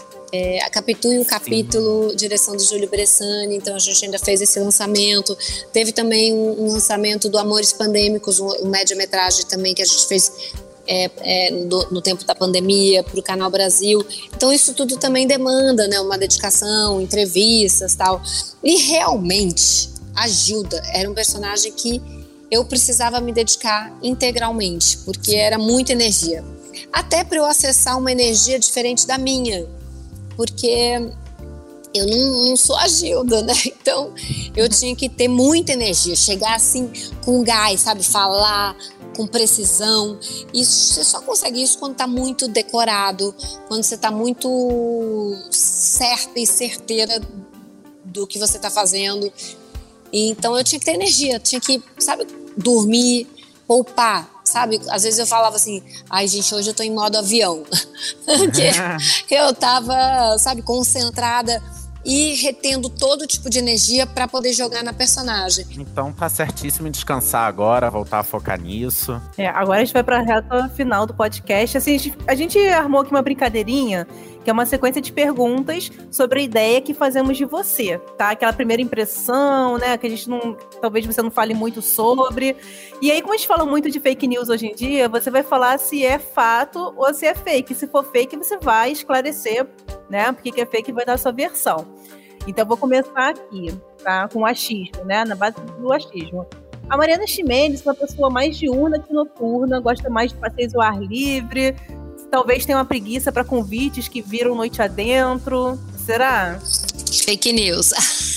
é, a Capitu e o Capítulo, direção do Júlio Bressani, então a gente ainda fez esse lançamento. Teve também um, um lançamento do Amores Pandêmicos, um, um média-metragem também que a gente fez É, é, no, no tempo da pandemia, para o Canal Brasil. Então isso tudo também demanda, né, uma dedicação, entrevistas, tal. E realmente a Gilda era um personagem que eu precisava me dedicar integralmente, porque era muita energia. Até para eu acessar uma energia diferente da minha, porque eu não, não sou a Gilda, né? Então eu tinha que ter muita energia, chegar assim com gás, sabe? Falar com precisão. Isso, você só consegue isso quando tá muito decorado, quando você tá muito certa e certeira do que você tá fazendo. E, então eu tinha que ter energia, tinha que, sabe, dormir, poupar, sabe? Às vezes eu falava assim, ai gente, hoje eu tô em modo avião. Porque eu tava, sabe, concentrada e retendo todo tipo de energia para poder jogar na personagem. Então tá certíssimo em descansar agora, voltar a focar nisso. É, agora a gente vai pra reta final do podcast. Assim, a gente, a gente armou aqui uma brincadeirinha, que é uma sequência de perguntas sobre a ideia que fazemos de você, tá? Aquela primeira impressão, né? Que a gente não... Talvez você não fale muito sobre. E aí, como a gente fala muito de fake news hoje em dia, você vai falar se é fato ou se é fake. Se for fake, você vai esclarecer, né? Porque que é fake vai dar a sua versão. Então, eu vou começar aqui, tá? Com o achismo, né? Na base do achismo. A Mariana Ximenes é uma pessoa mais diurna que noturna, gosta mais de passeios ao ar livre, talvez tenha uma preguiça para convites que viram noite adentro. Será? Fake news.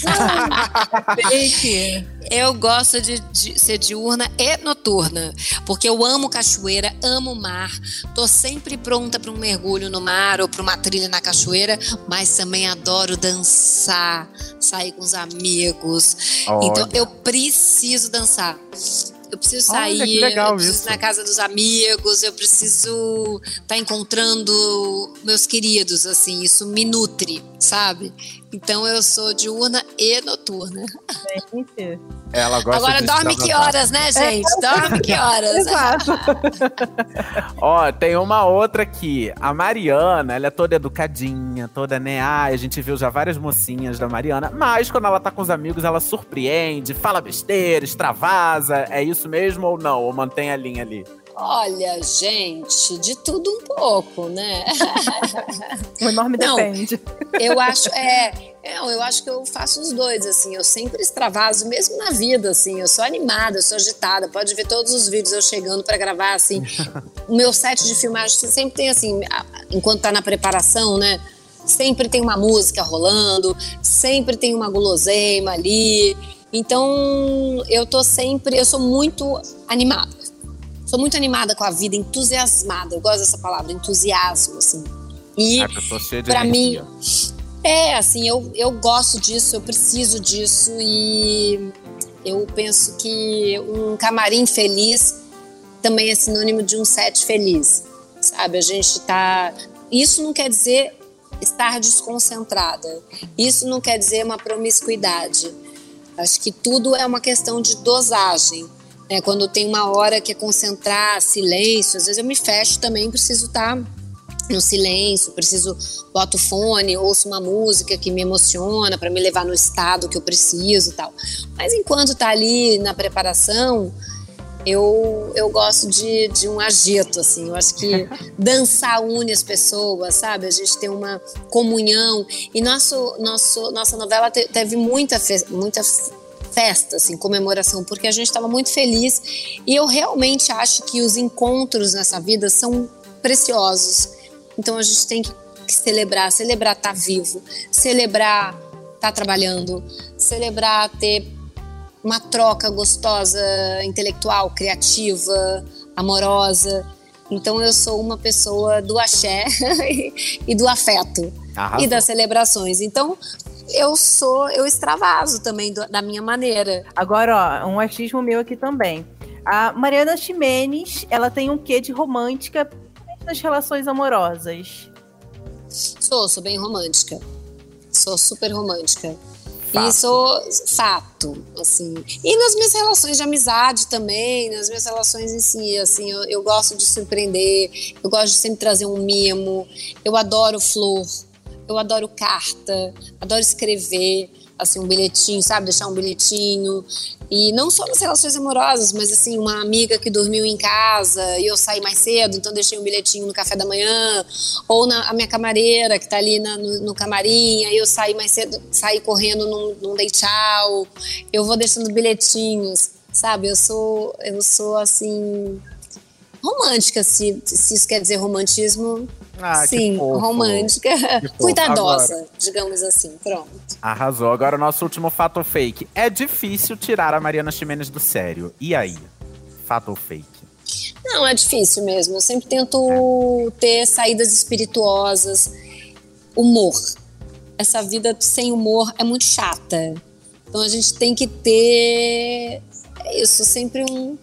Fake. Eu gosto de, de ser diurna e noturna, porque eu amo cachoeira, amo mar, tô sempre pronta para um mergulho no mar ou para uma trilha na cachoeira, mas também adoro dançar, sair com os amigos. Olha. Então eu preciso dançar. Eu preciso sair, Olha, que legal eu preciso isso. ir na casa dos amigos, eu preciso estar tá encontrando meus queridos, assim, isso me nutre, sabe? Então eu sou diurna e noturna. Gente. Ela gosta Agora de dorme que extravasar. horas, né, gente? Dorme que horas? Exato. Ó, tem uma outra aqui. A Mariana, ela é toda educadinha, toda, né? Ah, a gente viu já várias mocinhas da Mariana, mas quando ela tá com os amigos, ela surpreende, fala besteira, extravasa. É isso mesmo ou não? Ou mantém a linha ali? Olha, gente, de tudo um pouco, né? Um enorme Não. depende. Eu acho, é, não, eu acho que eu faço os dois, assim, eu sempre extravaso, mesmo na vida, assim, eu sou animada, eu sou agitada, pode ver todos os vídeos eu chegando pra gravar, assim, o meu set de filmagem sempre tem, assim, a- enquanto tá na preparação, né, sempre tem uma música rolando, sempre tem uma guloseima ali, Então, eu tô sempre, eu sou muito animada. Sou muito animada com a vida, entusiasmada. Eu gosto dessa palavra, entusiasmo, assim. E a pessoa cheia de pra energia. mim, é, assim, eu, eu gosto disso, eu preciso disso e eu penso que um camarim feliz também é sinônimo de um set feliz, sabe? A gente tá... Isso não quer dizer estar desconcentrada. Isso não quer dizer uma promiscuidade. Acho que tudo é uma questão de dosagem. Né? Quando tem uma hora que é concentrar, silêncio, às vezes eu me fecho também, preciso estar no silêncio, preciso, boto fone, ouço uma música que me emociona para me levar no estado que eu preciso e tal. Mas enquanto tá ali na preparação, eu, eu gosto de, de um agito, assim. Eu acho que dançar une as pessoas, sabe? A gente tem uma comunhão. E nosso, nosso, nossa novela te, teve muita, fe, muita festa, assim, comemoração, porque a gente estava muito feliz. E eu realmente acho que os encontros nessa vida são preciosos. Então a gente tem que celebrar, celebrar estar vivo, celebrar estar trabalhando, celebrar ter uma troca gostosa, intelectual, criativa, amorosa. Então eu sou uma pessoa do axé e do afeto. Arrasou. E das celebrações. Então eu sou, eu extravaso também do, da minha maneira. Agora, ó, um achismo meu aqui também. A Mariana Ximenes, ela tem um quê de romântica nas relações amorosas? Sou, sou bem romântica. Sou super romântica. Fato. E sou fato, assim. E nas minhas relações de amizade também, nas minhas relações em si, assim, eu, eu gosto de surpreender, eu gosto de sempre trazer um mimo, eu adoro flor, eu adoro carta, adoro escrever, assim, um bilhetinho, sabe? Deixar um bilhetinho. E não só nas relações amorosas, mas assim, uma amiga que dormiu em casa e eu saí mais cedo, então deixei um bilhetinho no café da manhã, ou na, a minha camareira que tá ali na, no, no camarim, aí eu saí mais cedo, saí correndo num, num dei tchau, eu vou deixando bilhetinhos, sabe? Eu sou, eu sou assim, romântica, se, se isso quer dizer romantismo. Ah, sim, romântica, cuidadosa, agora, digamos assim, pronto. Arrasou. Agora o nosso último fato ou fake. É difícil tirar a Mariana Ximenes do sério. E aí? Fato ou fake? Não, é difícil mesmo. Eu sempre tento ter saídas espirituosas. Humor. Essa vida sem humor é muito chata. Então a gente tem que ter isso, sempre um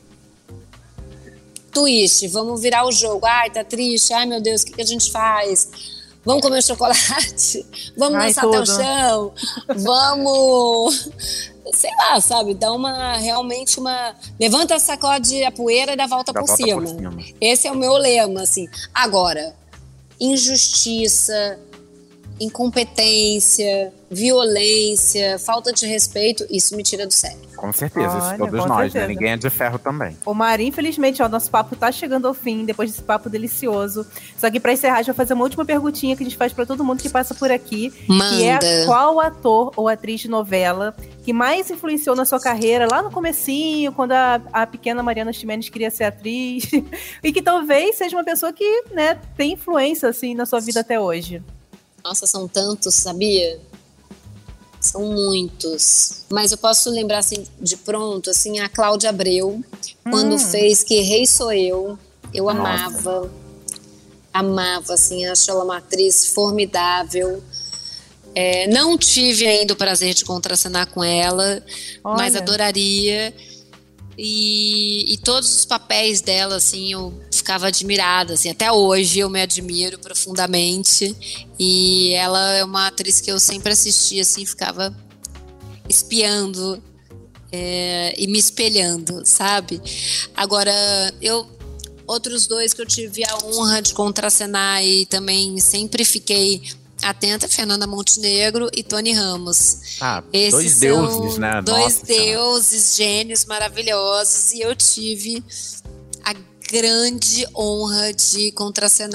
twist, vamos virar o jogo. Ai, tá triste, ai meu Deus, o que, que a gente faz? Vamos comer chocolate? Vamos ai, dançar tudo. até o chão? Vamos, sei lá, sabe, dá uma, realmente uma, levanta, sacode a poeira e dá a volta, dá por, volta cima. por cima. Esse é o meu lema, assim. Agora, injustiça, incompetência, violência, falta de respeito, isso me tira do sério. Com certeza, Olha, isso todos com nós, certeza. né? Ninguém é de ferro também. Ô Mari, infelizmente, ó, nosso papo tá chegando ao fim, depois desse papo delicioso. Só que pra encerrar, a gente vai fazer uma última perguntinha que a gente faz pra todo mundo que passa por aqui. Manda. Que é qual ator ou atriz de novela que mais influenciou na sua carreira, lá no comecinho, quando a, a pequena Mariana Ximenes queria ser atriz. E que talvez seja uma pessoa que, né, tem influência, assim, na sua vida até hoje. Nossa, são tantos, sabia? São muitos. Mas eu posso lembrar, assim, de pronto, assim, a Cláudia Abreu, quando Hum. fez Que Rei Sou Eu, eu Nossa. amava. Amava, assim, acho ela uma atriz formidável. É, não tive ainda o prazer de contracenar com ela, Olha. mas adoraria. E, e todos os papéis dela, assim, eu ficava admirada, assim, até hoje eu me admiro profundamente, e ela é uma atriz que eu sempre assisti, assim, ficava espiando é, e me espelhando, sabe? Agora, eu, outros dois que eu tive a honra de contracenar e também sempre fiquei atenta, Fernanda Montenegro e Tony Ramos. Ah, Esses dois são deuses, né? Dois Nossa Senhora. deuses, gênios maravilhosos, e eu tive a grande honra de contracenar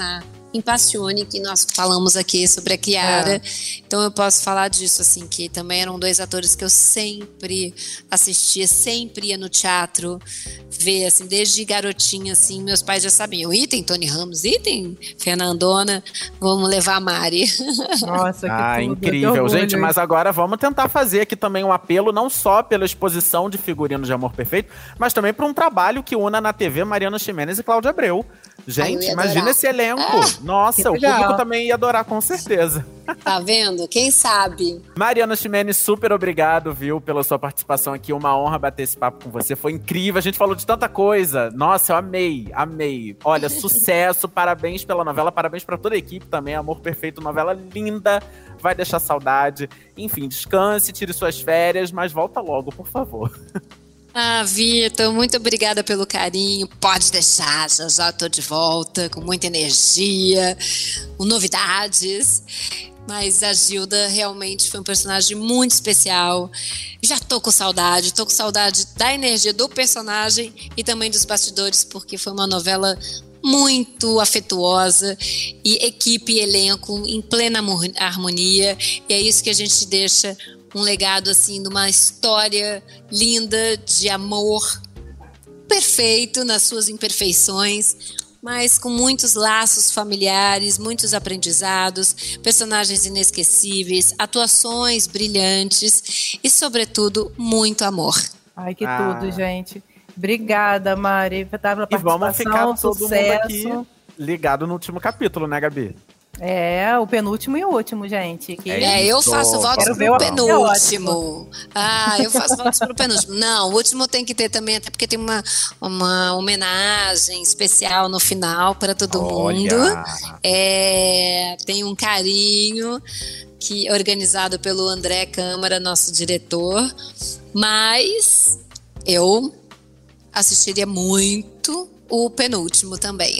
em Passione, que nós falamos aqui sobre a Chiara. É. Então eu posso falar disso, assim, que também eram dois atores que eu sempre assistia, sempre ia no teatro ver, assim, desde garotinha, assim, meus pais já sabiam. E tem Tony Ramos, e tem Fernandona, vamos levar a Mari. Nossa, que Ah, tudo, incrível. que orgulho. Gente, mas agora vamos tentar fazer aqui também um apelo, não só pela exposição de figurinos de Amor Perfeito, mas também para um trabalho que una na T V Mariana Ximenes e Cláudia Abreu. Gente, Ai, eu ia imagina adorar. esse elenco. Ah, Nossa, que o legal. público também ia adorar, com certeza. Tá vendo? Quem sabe? Mariana Ximenes, super obrigado, viu, pela sua participação aqui. Uma honra bater esse papo com você. Foi incrível, a gente falou de tanta coisa. Nossa, eu amei, amei. Olha, sucesso, parabéns pela novela, parabéns pra toda a equipe também. Amor Perfeito, novela linda, vai deixar saudade. Enfim, descanse, tire suas férias, mas volta logo, por favor. Ah, Vitor, muito obrigada pelo carinho. Pode deixar, já já tô de volta, com muita energia, com novidades. Mas a Gilda realmente foi um personagem muito especial. Já tô com saudade, tô com saudade da energia do personagem e também dos bastidores, porque foi uma novela muito afetuosa e equipe e elenco em plena harmonia. E é isso que a gente deixa um legado, assim, de uma história linda de amor perfeito nas suas imperfeições, mas com muitos laços familiares, muitos aprendizados, personagens inesquecíveis, atuações brilhantes e, sobretudo, muito amor. Ai, que Ah. tudo, gente. Obrigada, Mari, pela E participação, vamos ficar todo sucesso. mundo aqui ligado no último capítulo, né, Gabi? É, o penúltimo e o último, gente. Que... É, eu faço Isso. votos Quero ver pro o- penúltimo. Ah, eu faço votos pro penúltimo. Não, o último tem que ter também, até porque tem uma, uma homenagem especial no final para todo Olha. mundo. É, tem um carinho que organizado pelo André Câmara, nosso diretor. Mas eu assistiria muito o penúltimo também.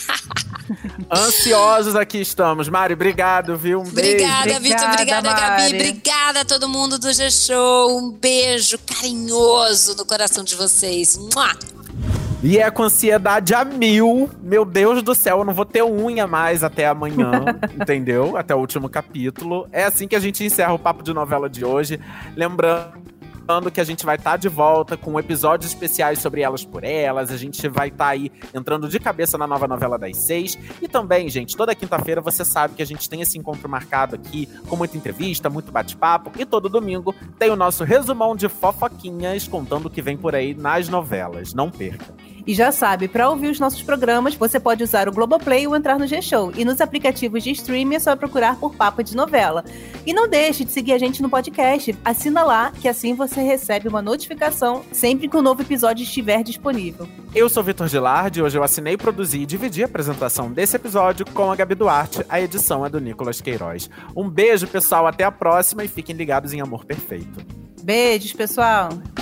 Ansiosos aqui estamos. Mari, obrigado, viu? Um Obrigada, beijo. Vitor. Obrigada, Obrigada, Gabi. Mari. Obrigada a todo mundo do G-Show. Um beijo carinhoso no coração de vocês. Mua! E é com ansiedade a mil. Meu Deus do céu, eu não vou ter unha mais até amanhã, entendeu? Até o último capítulo. É assim que a gente encerra o Papo de Novela de hoje. Lembrando que a gente vai estar de volta com episódios especiais sobre Elas por Elas. A gente vai estar aí entrando de cabeça na nova novela das seis. E também, gente, toda quinta-feira você sabe que a gente tem esse encontro marcado aqui, com muita entrevista, muito bate-papo. E todo domingo tem o nosso resumão de fofoquinhas, contando o que vem por aí nas novelas. Não perca. E já sabe, para ouvir os nossos programas, você pode usar o Globoplay ou entrar no G-Show. E nos aplicativos de streaming é só procurar por Papo de Novela. E não deixe de seguir a gente no podcast. Assina lá, que assim você recebe uma notificação sempre que o novo episódio estiver disponível. Eu sou Vitor Gilardi, hoje eu assinei, produzi e dividi a apresentação desse episódio com a Gabi Duarte. A edição é do Nicolas Queiroz. Um beijo, pessoal, até a próxima e fiquem ligados em Amor Perfeito. Beijos, pessoal!